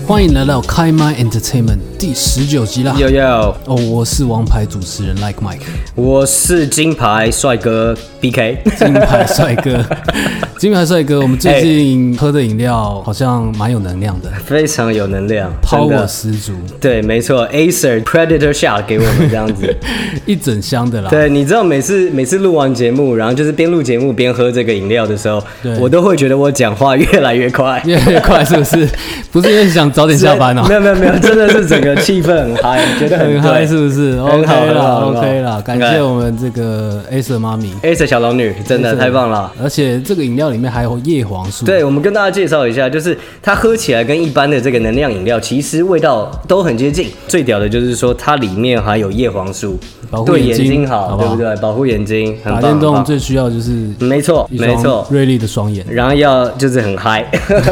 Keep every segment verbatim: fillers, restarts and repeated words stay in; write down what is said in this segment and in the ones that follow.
欢迎来到开麦 Entertainment 第十九集啦！ 有有哦，我是王牌主持人 Like Mike， 我是金牌帅哥 B K， 金牌帅哥，金牌帅哥。我们最近喝的饮料好像蛮有能量的， 非常有能量 ，power 十足。 对，没错 ，Acer Predator Shot 给我们这样子， 一整箱的啦。 对，你知道每次每次录完节目，然后就是边录节目边喝这个饮料的时候，我都会觉得我讲话越来越快， 越来越快，是不是？不是因为想早点下班哦、喔？ 没有没有没有，真的是整个气氛很嗨，觉得很嗨，是不是 ？OK 啦 ，OK 啦，感谢我们这个 Acer 妈咪 ，Acer 小龙女，真的太棒了。 而且这个饮料里面还有叶黄素。 对，我们跟大家介绍一下，就是它喝起来跟一般的这个能量饮料其实味道都很接近。最屌的就是说它里面还有叶黄素， 保护眼睛， 对眼睛好， 好不好？ 对不对？保护眼睛，很棒。 打电动最需要就是没错没错， 锐利的双眼， 然后要就是很嗨。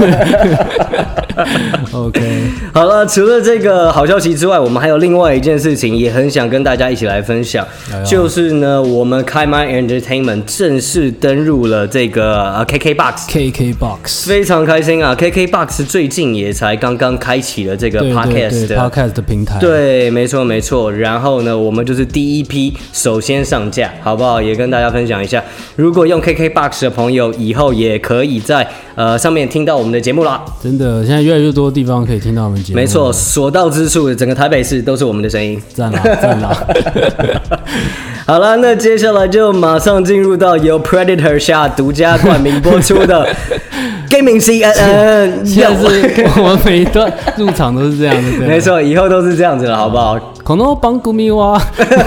OK， 好了，除了这个好消息之外，我们还有另外一件事情，也很想跟大家一起来分享，哎、就是呢，我们开麦 Entertainment 正式登入了这个呃 K K Box，K K Box， 非常开心啊 ！K K Box 最近也才刚刚开启了这个 Podcast 的 Podcast 的平台， 对，没错没错。然后呢，我们就是第一批首先上架，好不好？也跟大家分享一下，如果用 K K Box 的朋友，以后也可以在呃上面听到我们的节目啦。 真的，现在越来越多地方可以听到我们节目。 没错，所到之处，整个台北市都是我们的声音。 赞啦，赞啦！ 好了，那接下来就马上进入到由 Predator 下独家冠名播出的 Gaming C N N。 现在是我们每一段入场都是这样的， 没错，以后都是这样子了，好不好？ 可能帮古米哇。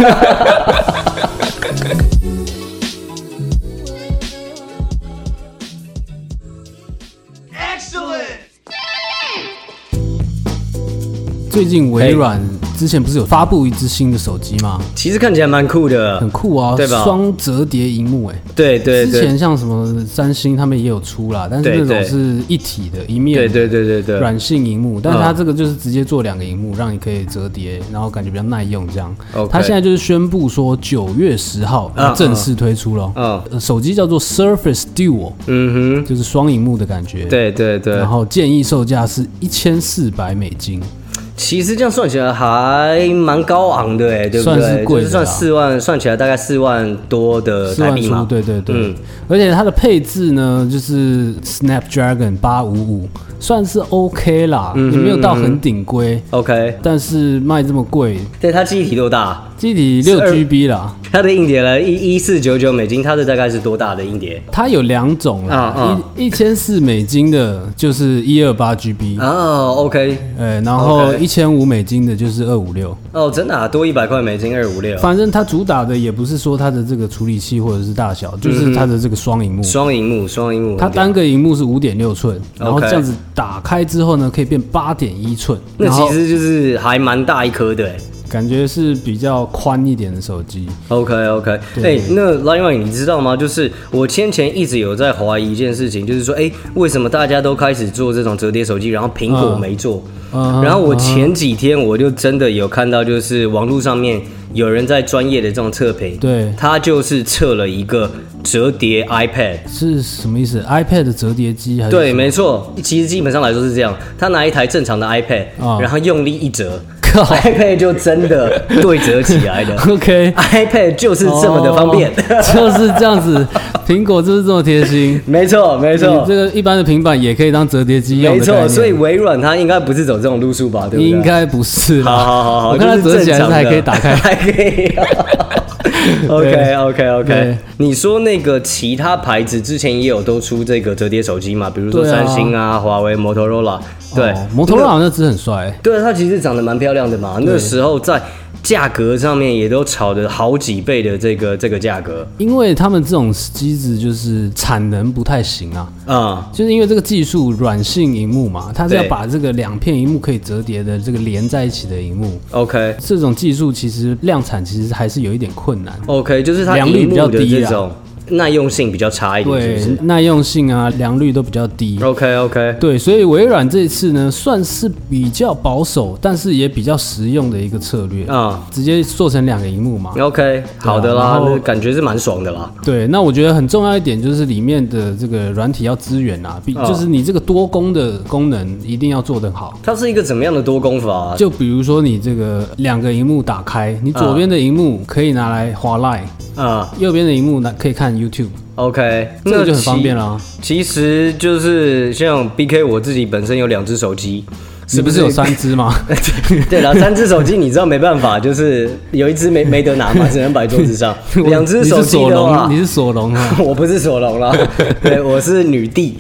最近微软之前不是有发布一支新的手机吗？ 其实看起来蛮酷的， 很酷啊，对吧？双折叠萤幕，哎， 对对对。 之前像什么三星他们也有出啦，但是那种是一体的，一面， 对对对对对， 软性萤幕，但是它这个就是直接做两个萤幕，让你可以折叠，然后感觉比较耐用这样。它现在就是宣布说九月十号正式推出了，嗯，手机叫做 Surface Duo， 嗯哼，就是双萤幕的感觉， 对对对。 然后建议售价是一千四百美金。 其实这样算起来还蛮高昂的哎，对不对？ 算是贵的， 就是算四万，算起来大概四万多的台币嘛。 对对对，嗯，而且它的配置呢，就是 Snapdragon 八五五，算是 OK 啦，嗯、也没有到很顶规 ，OK。 但是卖这么贵， 对，它记忆体多大？ 记忆体六 G B 啦。 它的硬碟呢，一一四九九美金，它的大概是多大的硬碟？ 它有两种啦，嗯嗯、一一千四美金的就是一二八 G B 哦 ，OK， 呃，然后一千五美金的就是二五六。 哦，真的啊，多一百块美金二五六。 反正它主打的也不是说它的这个处理器或者是大小，就是它的这个双萤幕。 双萤幕，双萤幕。 它单个萤幕是五点六寸，然后这样子打开之后呢，可以变八点一寸。 那其实就是还蛮大一颗的哎。 感觉是比较宽一点的手机。 OK OK， 哎、欸，那 Line 你知道吗？就是我先前一直有在怀疑一件事情，就是说，哎、欸，为什么大家都开始做这种折叠手机，然后苹果没做？嗯、然后我前几天我就真的有看到，就是网络上面有人在专业的这种测评， 对， 他就是测了一个折叠 iPad， 是什么意思 ？iPad 的折叠机还是？ 对，没错，其实基本上来说是这样，他拿一台正常的 iPad，、哦、然后用力一折。iPad 就真的对折起来的 ，OK， iPad 就是这么的方便， 哦、就是这样子，苹果就是这么贴心， 没错没错， 这个一般的平板也可以当折叠机用的， 没错，所以微软它应该不是走这种路数吧，对不对？ 应该不是， 好好好好， 我看它折起来是还可以打开， 还可以。OK OK OK， 你说那个其他牌子之前也有都出这个折叠手机嘛？比如说三星啊、华为、摩托罗拉。对， 摩托罗拉那只很帅。 对，它其实长得蛮漂亮的嘛。那时候在价格上面也都炒的好几倍的这个这个价格， 因为他们这种机子就是产能不太行啊，啊、嗯，就是因为这个技术软性萤幕嘛，它是要把这个两片萤幕可以折叠的这个连在一起的萤幕 ，OK， 这种技术其实量产其实还是有一点困难 ，OK， 就是它萤幕的这种。 耐用性比较差一点， 对， 是不是？ 耐用性啊，良率都比较低。 OK OK， 对，所以微软这一次呢，算是比较保守，但是也比较实用的一个策略啊，嗯、直接做成两个萤幕嘛。 OK， 好的啦，那感觉是蛮爽的啦。 对，那我觉得很重要一点就是里面的这个软体要支援啊，比、嗯、就是你这个多功的功能一定要做得好。 它是一个怎么样的多功法、啊？ 就比如说你这个两个萤幕打开，你左边的萤幕可以拿来滑 Line， 啊、嗯，右边的萤幕可以看 YouTube。OK， 那个就很方便了、啊。 其实就是像 B K 我自己本身有两只手机， 是不是有三只吗？ 对啦，三只手机你知道没办法，就是有一只没没得拿嘛，只能摆桌子上。两只手机的话， 你是索隆啊？ 我不是索隆啦，对，我是女帝。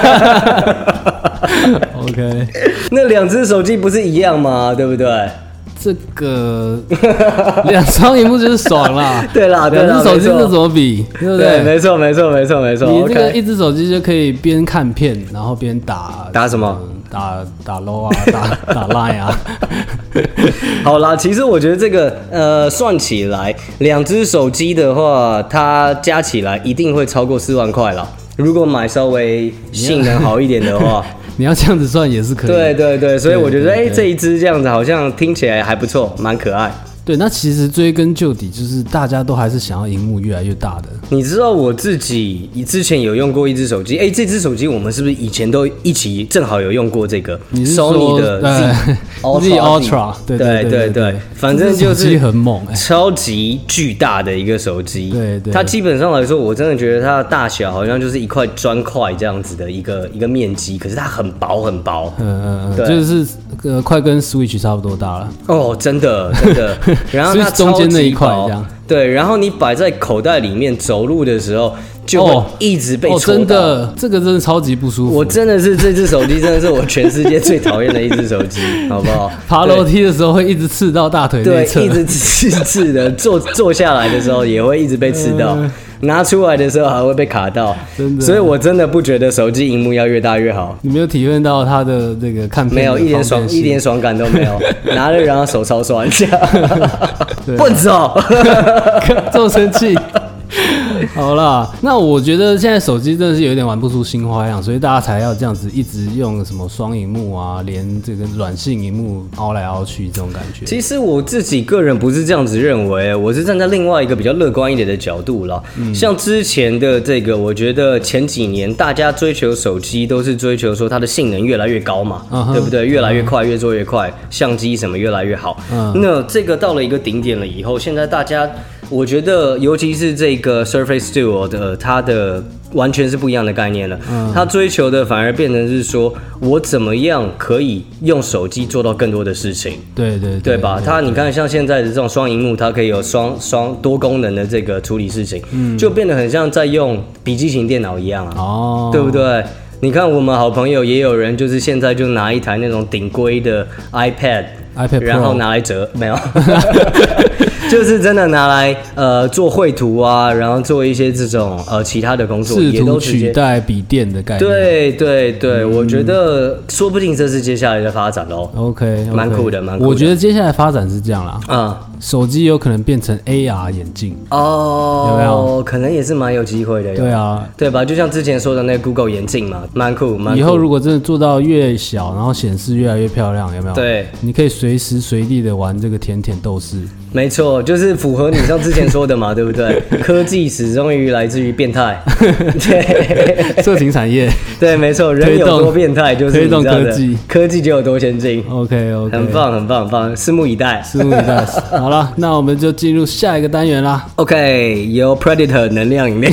OK， 那两只手机不是一样吗？对不对？ 这个两双萤幕就是爽啦， 对啦， 两只手机这怎么比，对不对？ 没错，没错，没错，没错。 你这个一只手机就可以边看片，然后边打打什么？ 打打 low 啊，打打 line 啊。 好啦，其实我觉得这个呃算起来，两只手机的话，它加起来一定会超过四万块啦。如果买稍微性能好一点的话。 你要这样子算也是可以。 对对对，所以我觉得，哎、欸，这一支这样子好像听起来还不错，蛮可爱。 对，那其实追根究底，就是大家都还是想要萤幕越来越大的。 你知道我自己之前有用过一只手机，哎、欸，这只手机我们是不是以前都一起正好有用过这个 Sony 的 Z Ultra？ 对对对 对, 对， 反正就是很猛、欸， 超级巨大的一个手机。 对对， 它基本上来说，我真的觉得它的大小好像就是一块砖块这样子的一个一个面积，可是它很薄很薄。 嗯嗯嗯，就是呃，快跟 Switch 差不多大了。 哦，真的真的。然后它中间那一块这样， 对，然后你摆在口袋里面走路的时候，就会一直被戳到、哦哦。 真的，这个真的超级不舒服。 我真的是这只手机，真的是我全世界最讨厌的一只手机，好不好？ 爬楼梯的时候会一直刺到大腿内侧， 对，一直刺刺的。坐坐下来的时候也会一直被刺到。呃拿出来的时候还会被卡到， 真的， 所以我真的不觉得手机荧幕要越大越好。 你没有体会到它的这个看片没有一点爽，一点爽感都没有，拿了然后手超酸，笨手， 这么生气。好啦，那我觉得现在手机真的是有点玩不出新花样，所以大家才要这样子一直用什么双萤幕啊，连这个软性萤幕凹来凹去这种感觉。 其实我自己个人不是这样子认为，我是站在另外一个比较乐观一点的角度啦。嗯、像之前的这个，我觉得前几年大家追求手机都是追求说它的性能越来越高嘛，uh-huh, 对不对？越来越快， uh-huh. 越做越快，相机什么越来越好。Uh-huh. 那这个到了一个顶点了以后，现在大家。我觉得，尤其是这个 Surface Duo 的，它的完全是不一样的概念了。嗯，它追求的反而变成是说，我怎么样可以用手机做到更多的事情？ 对对 对, 对吧？对对对它你看，像现在的这种双萤幕，它可以有双双多功能的这个处理事情，嗯，就变得很像在用笔记型电脑一样啊，哦，对不对？你看，我们好朋友也有人就是现在就拿一台那种顶规的 iPad，iPad， 然后拿来折，没有。就是真的拿来呃做绘图啊，然后做一些这种呃其他的工作， 试图取代笔电的概念。 对对对、嗯，我觉得说不定这是接下来的发展喽。 OK， 蛮、okay, 酷的，蛮酷的。 我觉得接下来发展是这样啦，嗯，手机有可能变成 A R 眼镜哦，有没有？可能也是蛮有机会的。 对啊， 对吧？就像之前说的那个 Google 眼镜嘛，蛮酷，蛮酷。 以后如果真的做到越小，然后显示越来越漂亮，有没有？ 对， 你可以随时随地的玩这个甜甜斗士。 没错，就是符合你像之前说的嘛，对不对？科技始终于来自于变态，对， 色情产业， 对，没错，人有多变态，就是推动科技， 科技就有多先进。 OK OK， 很棒，很棒，很棒，拭目以待， 拭目以待。好了，那我们就进入下一个单元啦。 OK， 有 Predator 能量饮料。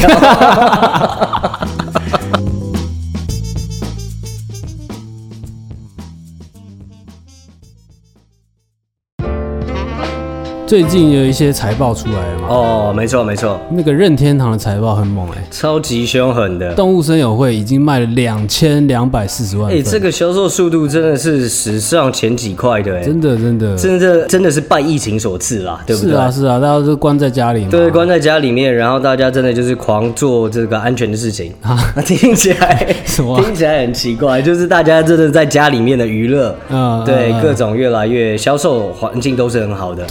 最近有一些财报出来了嘛？ 哦，没错没错， 那个任天堂的财报很猛哎、欸， 超级凶狠的。 动物森友会已经卖了两千两百四十万份， 哎、欸，这个销售速度真的是史上前几块的哎、欸， 真的真的真的真的是拜疫情所赐啦，对不对？ 是啊是啊，大家都关在家里嘛， 对，关在家里面，然后大家真的就是狂做这个安全的事情啊，听起来什么、啊？听起来很奇怪，就是大家真的在家里面的娱乐，嗯，对，嗯、各种越来越销售环境都是很好的， 对啊。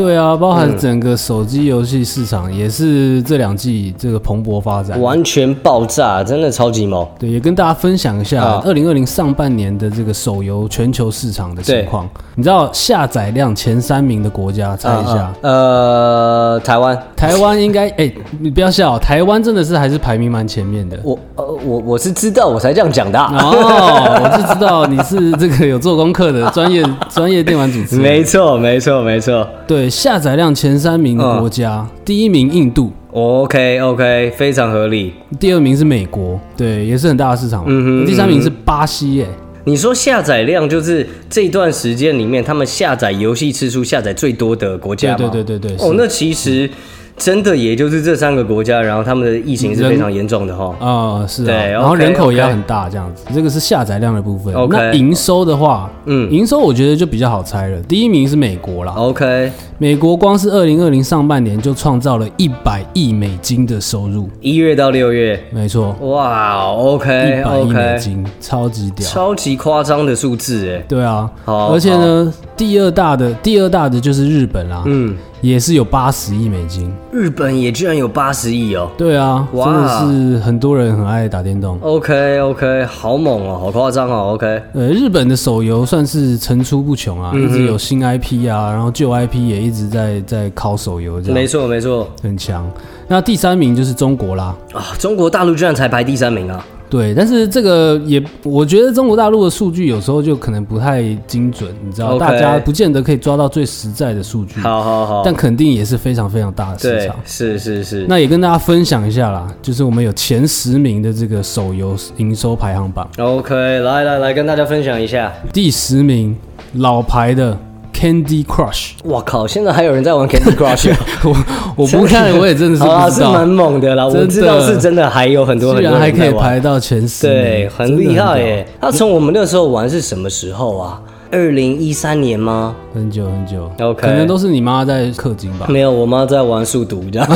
包含整个手机游戏市场也是这两季这个蓬勃发展， 完全爆炸，真的超级猛。 对，也跟大家分享一下二零二零上半年的这个手游全球市场的情况。你知道下载量前三名的国家，猜一下？ 呃，呃台湾， 台湾应该，哎、欸，你不要笑，台湾真的是还是排名蛮前面的。 我呃我我是知道，我才这样讲的、啊。 哦，我就知道你是这个有做功课的专业专业电玩主持人。 没错，没错，没错。 对，下载量前三名的国家，嗯、第一名印度。 OK OK， 非常合理。 第二名是美国，对，也是很大的市场。嗯哼。第三名是巴西耶。 你说下载量就是这段时间里面他们下载游戏次数下载最多的国家吗？ 对对对对对。 哦，那其实真的也就是这三个国家，然后他们的疫情是非常严重的哈。 啊、呃，是啊。对，然后人口也很大，这样子。这个是下载量的部分。 OK。 那营收的话，嗯，营收我觉得就比较好猜了。第一名是美国啦。 OK。 美国光是二零二零上半年就创造了一百亿美金的收入， 一月到六月， 没错。 哇 ，OK， 一百亿美金，超级屌， 超级夸张的数字哎。 对啊，而且呢，第二大的第二大的就是日本啦，嗯，也是有八十亿美金。 日本也居然有八十亿哦。 对啊，真的是很多人很爱打电动。 OK OK， 好猛哦，好夸张哦。OK， 呃，日本的手游算是层出不穷啊，嗯、一直有新 I P 啊，然后旧 I P 也一直在在考手游这样。 没错没错， 很强。那第三名就是中国啦。 啊，中国大陆居然才排第三名啊。 对，但是这个也，我觉得中国大陆的数据有时候就可能不太精准，你知道， okay. 大家不见得可以抓到最实在的数据。 好好好， 但肯定也是非常非常大的市场。 是是是。 那也跟大家分享一下啦，就是我们有前十名的这个手游营收排行榜。 OK， 来来来，跟大家分享一下。 第十名，老牌的Candy Crush。 哇靠！现在还有人在玩 Candy Crush 啊？ 我我不看，我也真的是不知道， 是蛮猛的啦。我知道是真的，还有很多很多人在玩， 居然还可以排到前十名， 对，很厉害耶。他从我们那时候玩是什么时候啊？二零一三年吗？ 很久很久 ，OK， 可能都是你妈在氪金吧？ 没有，我妈在玩数独这样。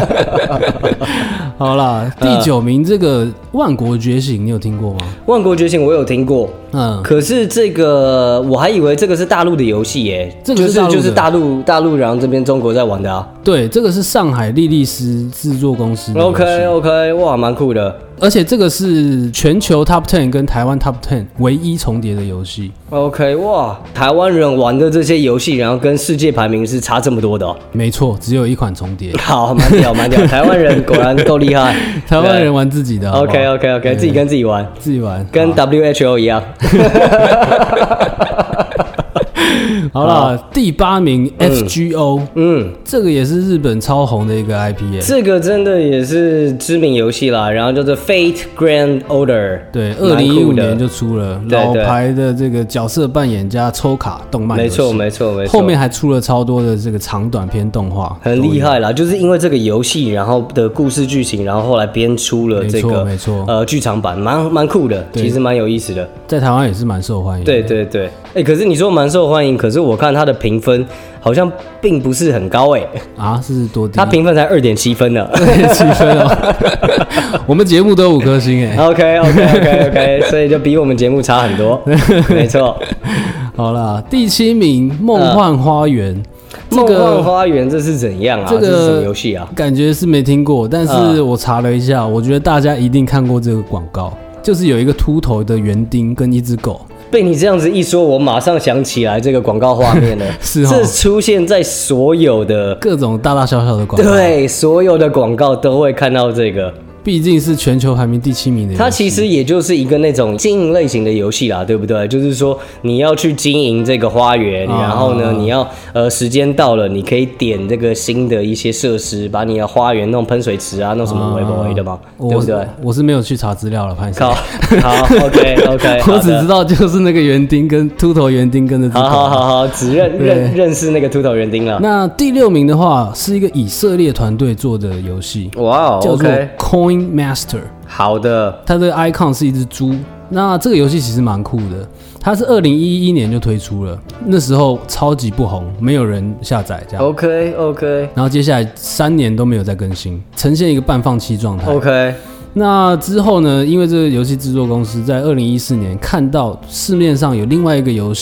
好啦，第九名这个《万国觉醒》，你有听过吗？ 《万国觉醒》我有听过，嗯，可是这个我还以为这个是大陆的游戏耶， 这个是就是就是大陆大陆，然后这边中国在玩的啊。 对，这个是上海莉莉丝制作公司的游戏。 OK OK， 哇，蛮酷的。 而且这个是全球 Top 十跟台湾 Top 十唯一重叠的游戏。 OK， 哇，台湾人玩的这些游戏，然后跟世界排名是差这么多的哦。 没错，只有一款重叠。 好，蛮屌蛮屌，台湾人果然够厉害。 台湾人玩自己的好不好。 OK OK OK， 自己跟自己玩， 自己玩， 跟 W H O 一样。 好啦，第八名 F G O， 嗯，这个也是日本超红的一个 I P 耶。 这个真的也是知名游戏啦，然后叫做 Fate Grand Order， 对，二零一五年就出了，老牌的这个角色扮演加抽卡动漫游戏， 没错没错没错。 后面还出了超多的这个长短篇动画， 很厉害啦。就是因为这个游戏，然后的故事剧情，然后后来编出了这个没错呃剧场版，蛮蛮酷的，其实蛮有意思的， 在台湾也是蛮受欢迎的。 对对对，哎、欸，可是你说蛮受欢迎，可是我看它的评分好像并不是很高哎、欸。 啊，是多低？ 它评分才二点七分呢， 二点七分哦。我们节目都有五颗星哎、 欸。OK OK OK OK， 所以就比我们节目差很多。没错。 好啦，第七名《梦幻花园》。 梦幻花园这是怎样啊？这个是什么游戏啊？ 感觉是没听过，但是我查了一下，我觉得大家一定看过这个广告，就是有一个秃头的园丁跟一只狗。 被你这样子一说，我马上想起来这个广告画面了。 是、哦， 这出现在所有的各种大大小小的广告， 对，所有的广告都会看到这个。 毕竟是全球排名第七名的游戏， 它其实也就是一个那种经营类型的游戏啦，对不对？就是说你要去经营这个花园，啊、然后呢，你要呃时间到了，你可以点这个新的一些设施，把你的花园弄喷水池啊，弄什么微博的嘛，啊、对不对？ 我是没有去查资料了，潘好，好 ，OK OK， 我只知道就是那个园丁跟秃头园丁跟着。 好好好好，只认认认识那个秃头园丁了。 那第六名的话是一个以色列团队做的游戏， 哇、wow, ，叫做 Coin Master。 好的， 它的 icon 是一只猪。那这个游戏其实蛮酷的，它是二零一一年就推出了，那时候超级不红，没有人下载这样。 OK OK。 然后接下来三年都没有再更新，呈现一个半放弃状态。 OK。 那之后呢？因为这个游戏制作公司在二零一四年看到市面上有另外一个游戏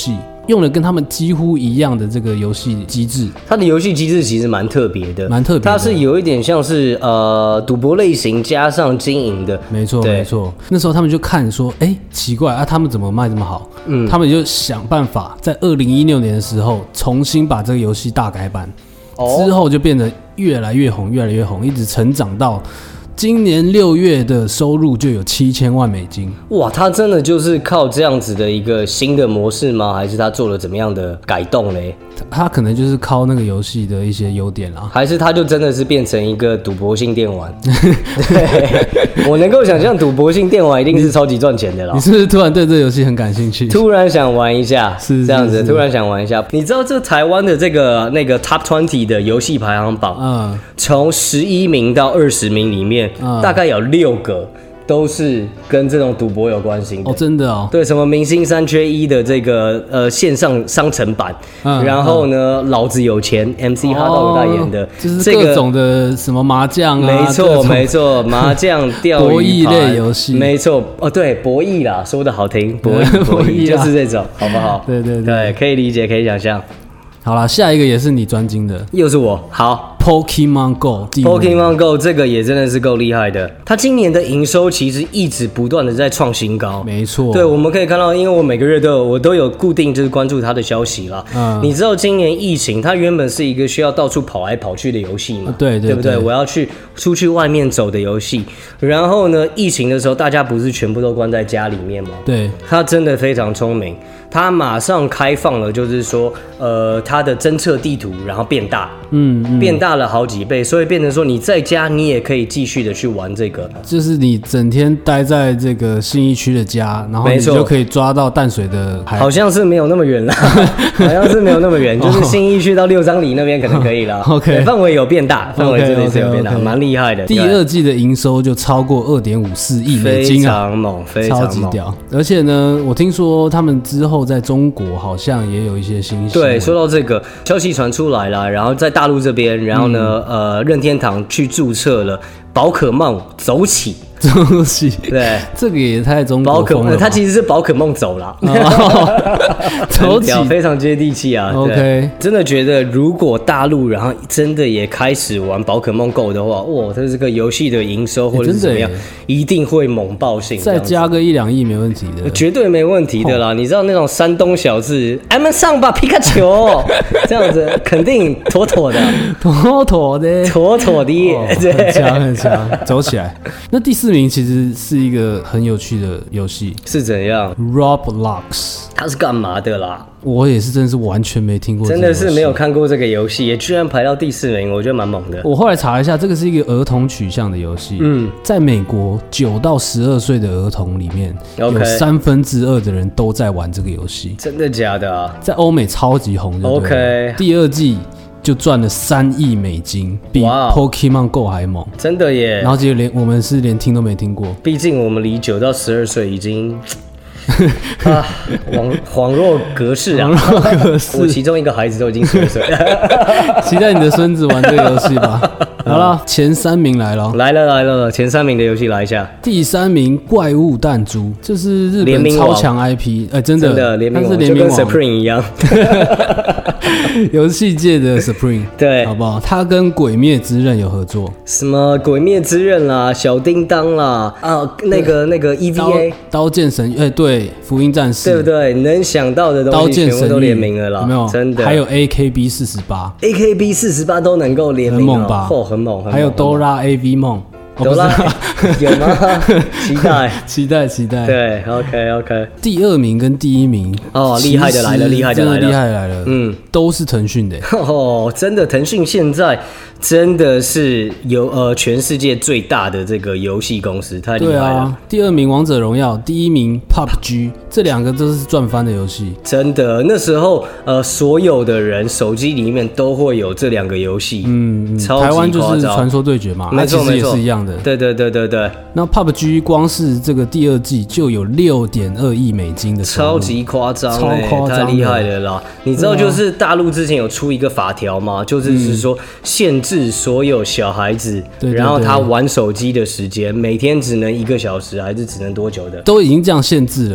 用了跟他们几乎一样的这个游戏机制。 它的游戏机制其实蛮特别的， 蛮特别的。 它是有一点像是呃赌博类型加上经营的。 没错，没错。那时候他们就看说，哎、欸，奇怪啊，他们怎么卖这么好？嗯，他们就想办法在二零一六年的时候重新把这个游戏大改版，哦、之后就变得越来越红，越来越红，一直成长到。今年六月的收入就有七千万美金。 哇，他真的就是靠这样子的一个新的模式吗？还是他做了怎么样的改动嘞？ 他可能就是靠那个游戏的一些优点啦， 还是他就真的是变成一个赌博性电玩？对，我能够想象赌博性电玩一定是超级赚钱的啦。 你是不是突然对这个游戏很感兴趣？ 突然想玩一下， 是这样子，突然想玩一下。你知道这台湾的这个那个 Top 二十的游戏排行榜，嗯，从十一名到二十名里面。嗯、大概有六个都是跟这种赌博有关系的哦，真的哦。 对，什么明星三缺一的这个呃线上商城版，嗯、然后呢，嗯、老子有钱 ，M C 哈道代言的， 哦、就是各种的什么麻将啊， 没错没错，麻将、钓鱼、 博弈类游戏， 没错哦，对，博弈啦，说的好听，博弈博弈就是这种，好不好？ 对对 对, 对，可以理解，可以想象。 好啦，下一个也是你专精的， 又是我。好 ，Pokemon Go，Pokemon Go 这个也真的是够厉害的。它今年的营收其实一直不断的在创新高， 没错。 对，我们可以看到，因为我每个月都有我都有固定就是关注它的消息啦。嗯，你知道今年疫情，它原本是一个需要到处跑来跑去的游戏嘛？ 对 对, 对不对？我要去出去外面走的游戏。然后呢，疫情的时候，大家不是全部都关在家里面吗？ 对， 它真的非常聪明。它马上开放了，就是说，呃，它的侦测地图，然后变大，嗯，嗯变大了好几倍，所以变成说你在家你也可以继续的去玩这个， 就是你整天待在这个信义区的家，然后你就可以抓到淡水的海， 好像是没有那么远啦，好像是没有那么远，就是信义区到六张犁那边可能可以啦。OK， 范围有变大，范围真的是有变大，蛮、okay, okay, okay. 厉害的。 第二季的营收就超过二点五四亿美金啊， 非常猛，非常猛， 超级屌。而且呢，我听说他们之后在中国好像也有一些新闻。对，说到这个消息传出来了，然后在大陆这边，然后呢，嗯、呃，任天堂去注册了宝可梦走起。 走起， 对， 这个也太中国风了吧。 它其实是宝可梦走啦， 走起非常接地气啊。 OK， 真的觉得如果大陆然后真的也开始玩宝可梦 Go 的话，哇，它这个游戏的营收或者是怎么样，一定会猛爆性。 再加个一两亿没问题的， 绝对没问题的啦。你知道那种山东小子，俺们上吧皮卡丘，这样子肯定妥妥的， 妥妥的， 妥妥的， 对，很强很强，走起来。那第四名其实是一个很有趣的游戏， 是怎样 ？Roblox， 它是干嘛的啦？ 我也是，真的是完全没听过这个游戏， 真的是没有看过这个游戏，也居然排到第四名，我觉得蛮猛的。 我后来查了一下，这个是一个儿童取向的游戏。嗯，在美国九到十二岁的儿童里面， okay. 有三分之二的人都在玩这个游戏。 真的假的啊？ 在欧美超级红的。 OK， 第二季就赚了三亿美金，比 Pokemon Go 还猛， 真的耶！ 然后结果连我们是连听都没听过， 毕竟我们离九到十二岁已经啊恍恍若隔世啊！ 恍若隔世， 我其中一个孩子都已经十二岁了，期待你的孙子玩这个游戏吧。好了，前三名来了， 来了来了，前三名的游戏来一下。 第三名怪物弹珠，这是日本超强 I P， 哎、欸，真的， 真的联名王， 它是联名王， 就跟 Supreme 一样， 游戏界的 Supreme， 对， 好不好？他跟鬼灭之刃有合作， 什么鬼灭之刃啦，小叮当啦，啊，那个那个 E V A 刀剑神，哎、欸，对，福音战士， 对不对？能想到的东西全部都联名了啦， 有没有？ 真的， 还有 A K B 四十八 ，A K B 四十八都能够联名， 很猛吧？ 哦，很猛， 还有哆啦 A V 梦。 哆啦有吗？期待， 期待，期待。 对 ，OK OK。 第二名跟第一名哦，厉害的来了，厉害的来了， 厉害的来了，嗯，都是腾讯的。 哦，真的，腾讯现在真的是有呃全世界最大的这个游戏公司，太厉害了。对啊， 第二名王者荣耀，第一名 P U B G， 这两个都是赚翻的游戏。 真的，那时候呃所有的人手机里面都会有这两个游戏，嗯，超级夸张。 台湾就是传说对决嘛， 没错没错， 也是一样的。 对对对对对。 那 P U B G 光是这个第二季就有六点二亿美金的收入， 超级夸张， 超夸张， 太厉害了啦！你知道就是大陆之前有出一个法条吗？就是是说限制所有小孩子， 对对对， 然后他玩手机的时间，每天只能一个小时，还是只能多久的？ 都已经这样限制了。 没错，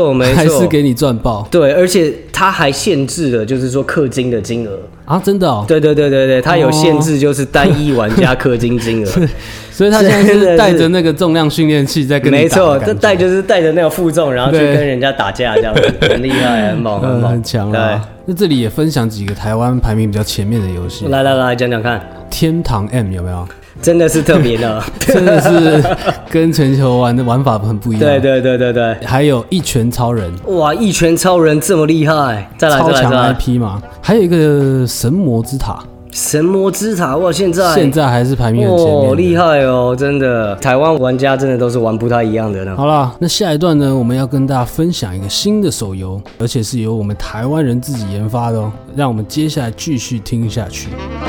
错没错， 还是给你赚爆。 对，而且它还限制了，就是说氪金的金额啊，真的哦。 对对对对对，它有限制，就是单一玩家氪金金额。 所以他现在是带着那个重量训练器在跟你打， 没错，这带就是带着那个负重，然后去跟人家打架，这样子很厉害，很猛，很猛， 很强啊。那这里也分享几个台湾排名比较前面的游戏， 来来来讲讲看。 天堂 M 有没有？ 真的是特别的， 真的是跟全球玩的玩法很不一样。 对对对对对， 还有一拳超人， 哇，一拳超人这么厉害，再来超强 I P 嘛。还有一个神魔之塔。 神魔之塔哇，现在现在还是排名很前面， 哦，厉害哦，真的，台湾玩家真的都是玩不太一样的呢。 好啦，那下一段呢，我们要跟大家分享一个新的手游，而且是由我们台湾人自己研发的哦，让我们接下来继续听下去。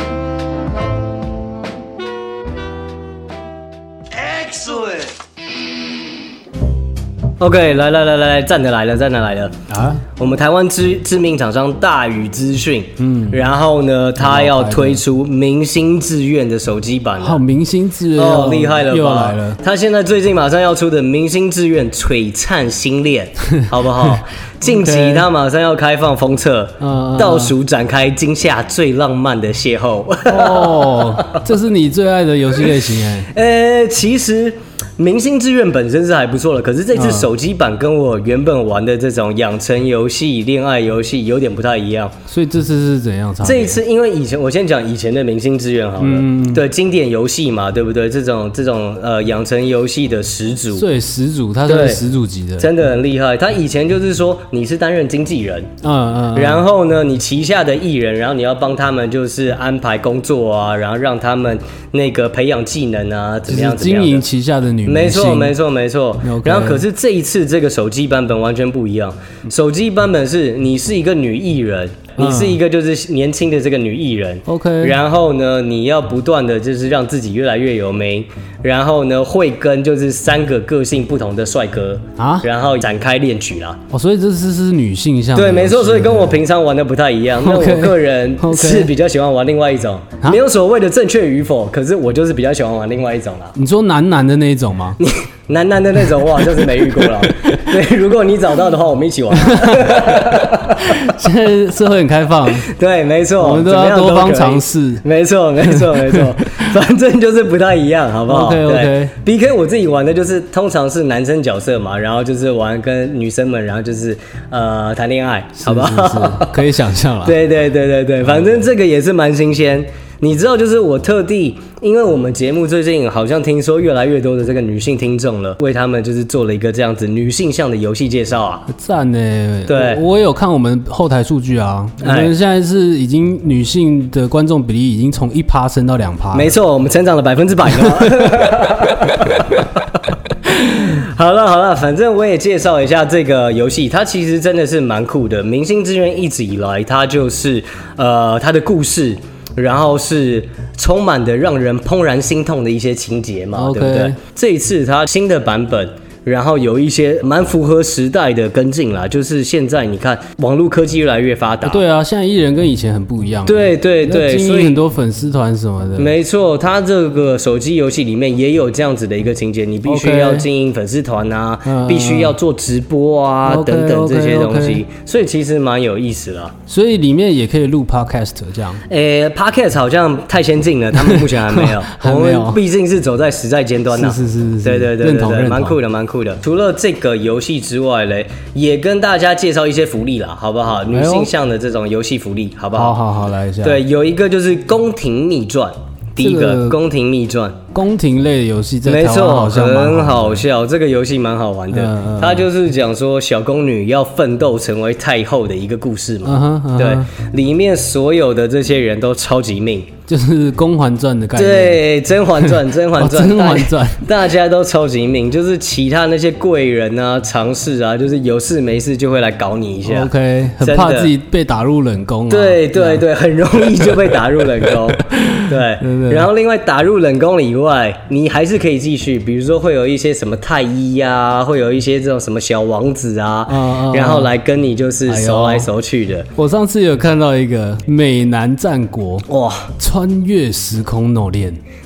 OK， 来来来来来，站的来了，站的来了啊！我们台湾知知名厂商大宇资讯，嗯，然后呢，他要推出明星志愿的手机版了。 好，明星志愿哦，厉害了吧？ 又来了。 他现在最近马上要出的明星志愿璀璨星链，好不好？近期他马上要开放封测，倒数展开今夏最浪漫的邂逅。 哦，这是你最爱的游戏类型哎。 呃，其实。明星志愿本身是还不错的，可是这次手机版跟我原本玩的这种养成游戏、恋爱游戏有点不太一样。 所以这次是怎样差别？ 这一次因为以前我先讲以前的明星志愿好了，嗯、对，经典游戏嘛，对不对？这种这种呃养成游戏的始祖， 对，始祖，他是始祖级的， 真的很厉害。他以前就是说你是担任经纪人，嗯嗯，然后呢，你旗下的艺人，然后你要帮他们就是安排工作啊，然后让他们那个培养技能啊，怎么样怎么样的， 经营旗下的女。 没错，没错，没错。Okay. 然后，可是这一次这个手机版本完全不一样。手机版本是你是一个女艺人，你是一个就是年轻的这个女艺人。OK。然后呢，你要不断的就是让自己越来越有名，然后呢，会跟就是三个个性不同的帅哥啊，然后展开恋曲啦。 哦，所以这是是女性向的。 对，没错。所以跟我平常玩的不太一样。那我个人是比较喜欢玩另外一种，没有所谓的正确与否，可是我就是比较喜欢玩另外一种啦。 你说男男的那一种吗？ 男男的那种，我好像是没遇过了。对，如果你找到的话，我们一起玩。 现在社会很开放， 对，没错， 我们都要多方尝试。 没错，没错，没错，反正就是不太一样，好不好 ？OK OK。 B K 我自己玩的就是通常是男生角色嘛，然后就是玩跟女生们，然后就是呃谈恋爱，好不好？ 是是是可以想象了。 对对对对对，反正这个也是蛮新鲜。你知道，就是我特地，因为我们节目最近好像听说越来越多的这个女性听众了，为他们就是做了一个这样子女性向的游戏介绍啊， 赞呢！ 对， 我也有看我们后台数据啊，我们现在是已经女性的观众比例已经从一趴升到两趴， 没错，我们成长了百分之百了。好了好了，反正我也介绍一下这个游戏，它其实真的是蛮酷的。明星志愿一直以来，它就是呃它的故事。然后是充满的让人怦然心痛的一些情节嘛， okay. 对不对？这一次它新的版本，然后有一些蛮符合时代的跟进啦，就是现在你看网络科技越来越发达， 对啊，现在艺人跟以前很不一样， 对对对， 经营很多粉丝团什么的， 没错，它这个手机游戏里面也有这样子的一个情节，你必须要经营粉丝团啊， okay. 必须要做直播啊、okay, 等等这些东西， okay, okay. 所以其实蛮有意思啦。 所以里面也可以录 podcast 这样， 诶 ，podcast 好像太先进了，他们目前还没有， 还没有， 我们毕竟是走在时代尖端呐， 是是是是， 对对对对对，蛮酷的蛮酷的。除了这个游戏之外嘞，也跟大家介绍一些福利啦，好不好？女性向的这种游戏福利，好不好？ 好好好，来一下。对， 有一个就是宫廷秘传，第一个宫廷秘传。 宫廷类的游戏在台湾好像蛮好， 很好笑，这个游戏蛮好玩的。嗯嗯、它就是讲说小宫女要奋斗成为太后的一个故事嘛。嗯嗯、对，里面所有的这些人都超级命， 就是《甄嬛传》的概念。 对，《甄嬛传》《甄嬛传》 甄嬛传， 大家都超级命，就是其他那些贵人啊、常侍啊，就是有事没事就会来搞你一下。 OK， 很怕自己被打入冷宫、啊。 对对对，很容易就被打入冷宫。对，对对，然后另外打入冷宫了以外，你还是可以继续，比如说会有一些什么太医啊，会有一些这种什么小王子啊，嗯、然后来跟你就是熟来熟去的。哎、 我上次有看到一个美男战国， 哇， 穿越时空 no 恋。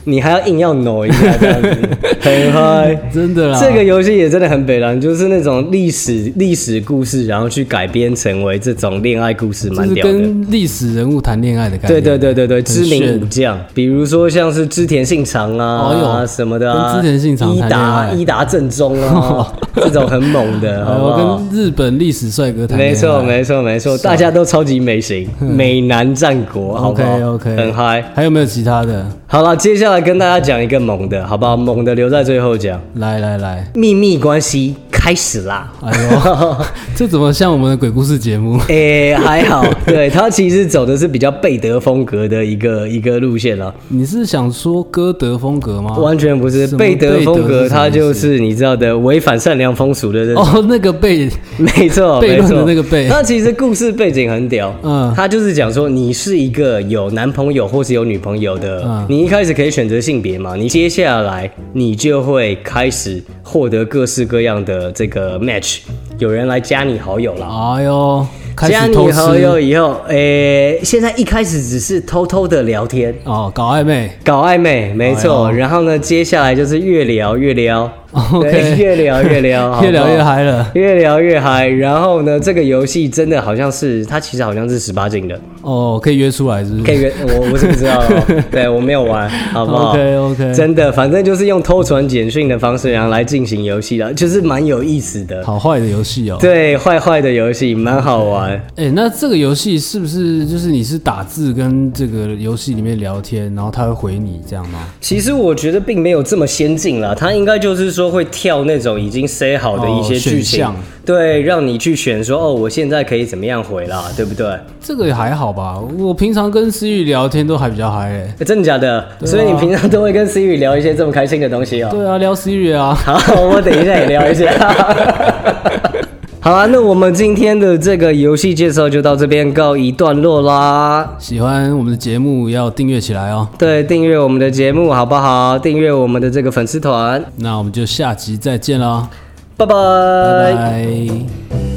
你还要硬要挪一下这样子，很嗨， 真的啦。 这个游戏也真的很北蓝，就是那种历史历史故事，然后去改编成为这种恋爱故事，蛮屌的。 就是跟历史人物谈恋爱的感觉。 对对对对对，知名武将，比如说像是织田信长啊、哦、什么的啊， 跟织田信长谈恋爱， 伊达正宗啊，这种很猛的，好不好？ 跟日本历史帅哥谈恋爱， 没错没错没错，大家都超级美型，美男战国，好不好 ？OK OK， 很嗨。 还有没有其他的？ 好了，接下来跟大家讲一个猛的，好不好？猛的留在最后讲。 来来来， 秘密关系开始啦！ 哎呦，这怎么像我们的鬼故事节目？ 哎、欸，还好，对，它其实走的是比较贝德风格的一个一个路线啦。 你是想说歌德风格吗？ 完全不是，贝德风格它就是你知道的违反善良风俗的人。 哦，那个贝， 没错， 悖论的那个贝。 它其实故事背景很屌，嗯，它就是讲说你是一个有男朋友或是有女朋友的，嗯，你一开始可以选择性别嘛，你接下来你就会开始获得各式各样的这个 match， 有人来加你好友啦。 哎呦。 加你好友以后，诶、欸，现在一开始只是偷偷的聊天哦，搞暧昧， 搞暧昧，没错。哎、然后呢，接下来就是越聊越撩。 Okay. 越聊越聊， 越聊越嗨了， 越聊越嗨。然后呢，这个游戏真的好像是，它其实好像是十八禁的哦，可以约出来是不是？ 可以约，我我是不知道哦，对我没有玩，好不好 ？OK OK， 真的，反正就是用偷传简讯的方式，然后来进行游戏了，就是蛮有意思的。 好坏的游戏哦， 对，坏坏的游戏蛮好玩。 哎、欸，那这个游戏是不是就是你是打字跟这个游戏里面聊天，然后他会回你这样吗？ 其实我觉得并没有这么先进啦，它应该就是说会跳那种已经 set 好的一些剧情，哦、对，让你去选说哦，我现在可以怎么样回啦，对不对？ 这个也还好吧，我平常跟思雨聊天都还比较嗨嘞、 欸，真的假的？啊、所以你平常都会跟思雨聊一些这么开心的东西哦？ 对啊，聊思雨啊。 好，我等一下也聊一下。好啊，那我们今天的这个游戏介绍就到这边告一段落啦。 喜欢我们的节目要订阅起来哦。 对，订阅我们的节目好不好？订阅我们的这个粉丝团。 那我们就下集再见啦， 拜拜。 拜拜。